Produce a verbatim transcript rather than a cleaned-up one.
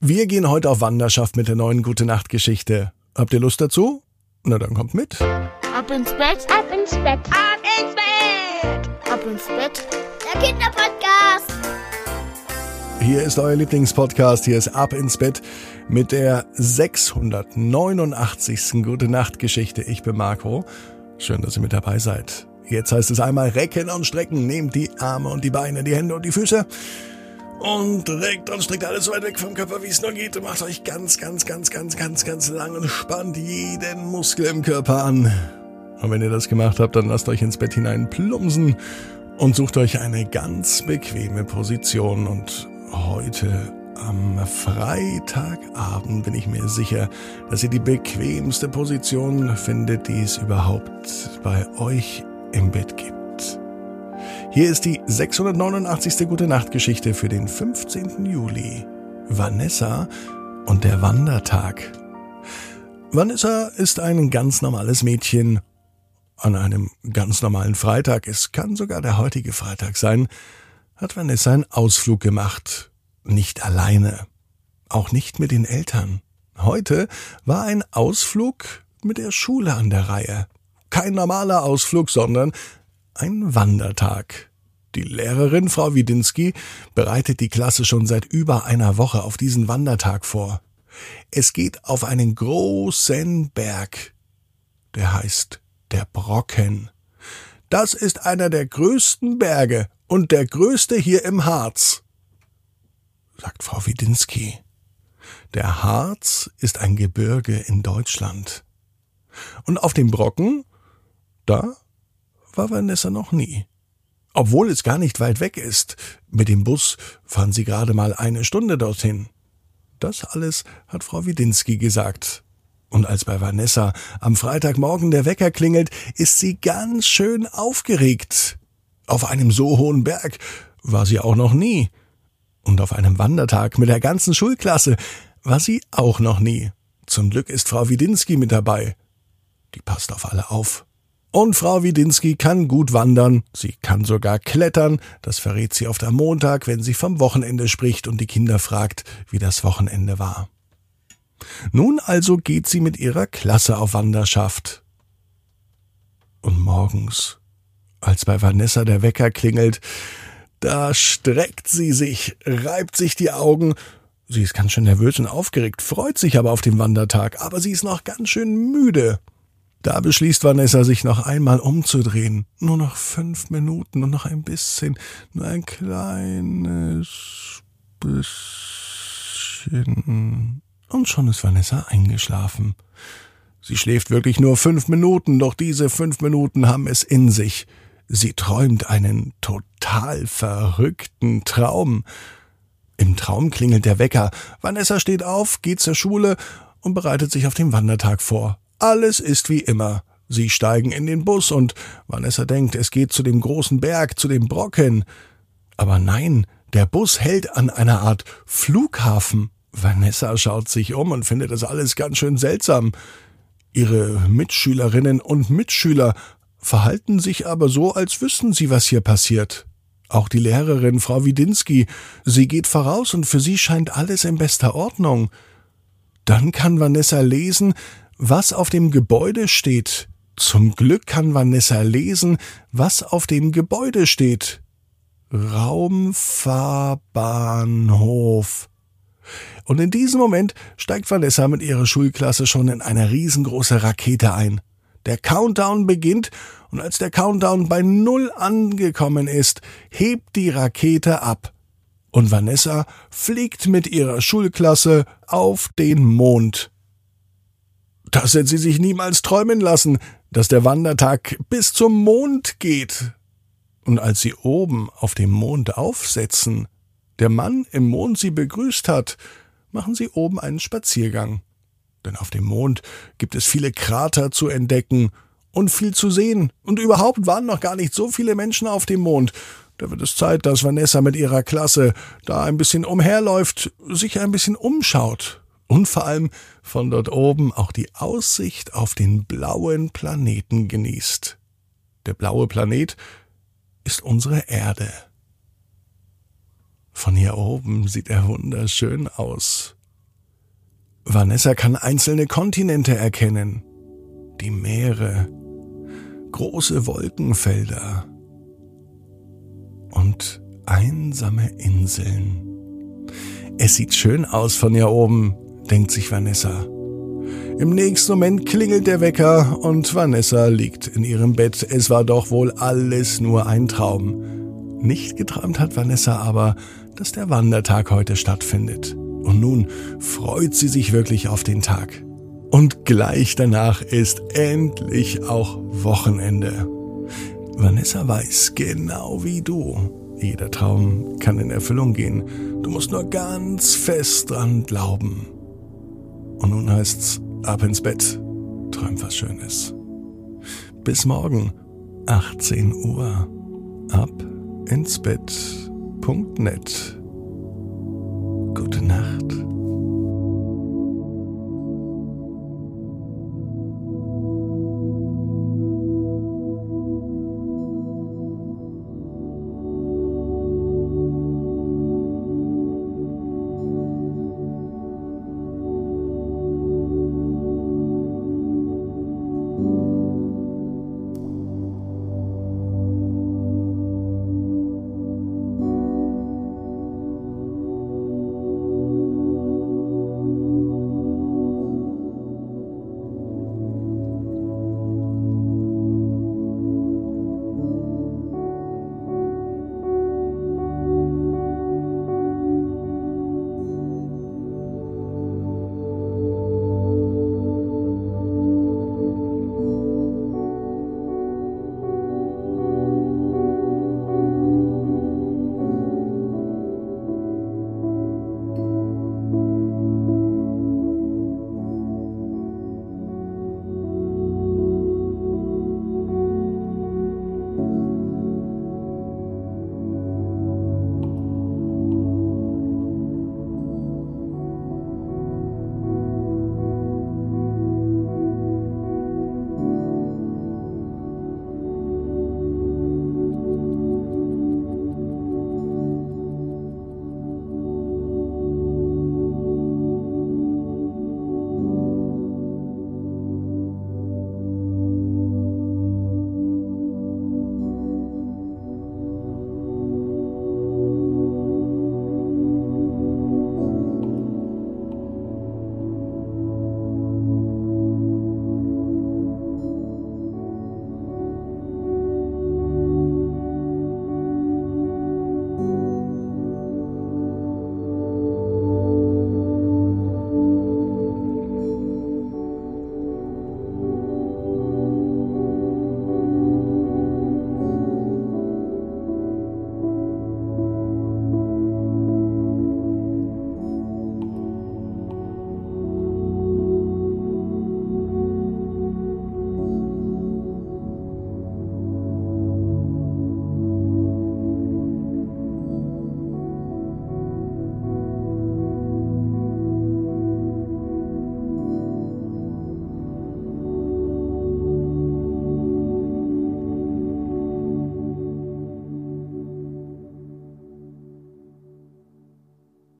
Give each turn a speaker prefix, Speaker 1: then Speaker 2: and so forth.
Speaker 1: Wir gehen heute auf Wanderschaft mit der neuen Gute-Nacht-Geschichte. Habt ihr Lust dazu? Na dann kommt mit.
Speaker 2: Ab ins Bett, ab ins Bett, ab ins Bett, ab ins Bett. Der Kinderpodcast.
Speaker 1: Hier ist euer Lieblingspodcast. Hier ist Ab ins Bett mit der sechshundertneunundachtzigsten Gute-Nacht-Geschichte. Ich bin Marco. Schön, dass ihr mit dabei seid. Jetzt heißt es einmal recken und strecken. Nehmt die Arme und die Beine, die Hände und die Füße und reckt und streckt alles so weit weg vom Körper, wie es nur geht. Und macht euch ganz, ganz, ganz, ganz, ganz, ganz lang und spannt jeden Muskel im Körper an. Und wenn ihr das gemacht habt, dann lasst euch ins Bett hinein plumpsen und sucht euch eine ganz bequeme Position. Und heute am Freitagabend bin ich mir sicher, dass ihr die bequemste Position findet, die es überhaupt bei euch im Bett gibt. Hier ist die sechshundertneunundachtzigste Gute-Nacht-Geschichte für den fünfzehnten Juli. Vanessa und der Wandertag. Vanessa ist ein ganz normales Mädchen. An einem ganz normalen Freitag, es kann sogar der heutige Freitag sein, hat Vanessa einen Ausflug gemacht. Nicht alleine. Auch nicht mit den Eltern. Heute war ein Ausflug mit der Schule an der Reihe. Kein normaler Ausflug, sondern ein Wandertag. Die Lehrerin, Frau Widinski, bereitet die Klasse schon seit über einer Woche auf diesen Wandertag vor. Es geht auf einen großen Berg. Der heißt der Brocken. Das ist einer der größten Berge und der größte hier im Harz, sagt Frau Widinski. Der Harz ist ein Gebirge in Deutschland. Und auf dem Brocken, da war Vanessa noch nie. Obwohl es gar nicht weit weg ist. Mit dem Bus fahren sie gerade mal eine Stunde dorthin. Das alles hat Frau Widinski gesagt. Und als bei Vanessa am Freitagmorgen der Wecker klingelt, ist sie ganz schön aufgeregt. Auf einem so hohen Berg war sie auch noch nie. Und auf einem Wandertag mit der ganzen Schulklasse war sie auch noch nie. Zum Glück ist Frau Widinski mit dabei. Die passt auf alle auf. Und Frau Widinski kann gut wandern, sie kann sogar klettern, das verrät sie oft am Montag, wenn sie vom Wochenende spricht und die Kinder fragt, wie das Wochenende war. Nun also geht sie mit ihrer Klasse auf Wanderschaft. Und morgens, als bei Vanessa der Wecker klingelt, da streckt sie sich, reibt sich die Augen. Sie ist ganz schön nervös und aufgeregt, freut sich aber auf den Wandertag, aber sie ist noch ganz schön müde. Da beschließt Vanessa, sich noch einmal umzudrehen. Nur noch fünf Minuten und noch ein bisschen, nur ein kleines bisschen. Und schon ist Vanessa eingeschlafen. Sie schläft wirklich nur fünf Minuten, doch diese fünf Minuten haben es in sich. Sie träumt einen total verrückten Traum. Im Traum klingelt der Wecker. Vanessa steht auf, geht zur Schule und bereitet sich auf den Wandertag vor. Alles ist wie immer. Sie steigen in den Bus und Vanessa denkt, es geht zu dem großen Berg, zu dem Brocken. Aber nein, der Bus hält an einer Art Flughafen. Vanessa schaut sich um und findet das alles ganz schön seltsam. Ihre Mitschülerinnen und Mitschüler verhalten sich aber so, als wüssten sie, was hier passiert. Auch die Lehrerin, Frau Widinski, sie geht voraus und für sie scheint alles in bester Ordnung. Dann kann Vanessa lesen, was auf dem Gebäude steht. Zum Glück kann Vanessa lesen, was auf dem Gebäude steht. Raumfahrbahnhof. Und in diesem Moment steigt Vanessa mit ihrer Schulklasse schon in eine riesengroße Rakete ein. Der Countdown beginnt und als der Countdown bei Null angekommen ist, hebt die Rakete ab. Und Vanessa fliegt mit ihrer Schulklasse auf den Mond. Das hätte sie sich niemals träumen lassen, dass der Wandertag bis zum Mond geht. Und als sie oben auf dem Mond aufsetzen, der Mann im Mond sie begrüßt hat, machen sie oben einen Spaziergang. Denn auf dem Mond gibt es viele Krater zu entdecken und viel zu sehen. Und überhaupt waren noch gar nicht so viele Menschen auf dem Mond. Da wird es Zeit, dass Vanessa mit ihrer Klasse da ein bisschen umherläuft, sich ein bisschen umschaut. Und vor allem von dort oben auch die Aussicht auf den blauen Planeten genießt. Der blaue Planet ist unsere Erde. Von hier oben sieht er wunderschön aus. Vanessa kann einzelne Kontinente erkennen, die Meere, große Wolkenfelder und einsame Inseln. Es sieht schön aus von hier oben, denkt sich Vanessa. Im nächsten Moment klingelt der Wecker und Vanessa liegt in ihrem Bett. Es war doch wohl alles nur ein Traum. Nicht geträumt hat Vanessa aber, dass der Wandertag heute stattfindet. Und nun freut sie sich wirklich auf den Tag. Und gleich danach ist endlich auch Wochenende. Vanessa weiß, genau wie du, jeder Traum kann in Erfüllung gehen. Du musst nur ganz fest dran glauben. Und nun heißt's, ab ins Bett, träum was Schönes. Bis morgen, achtzehn Uhr, ab ins Bett punkt net. Gute Nacht.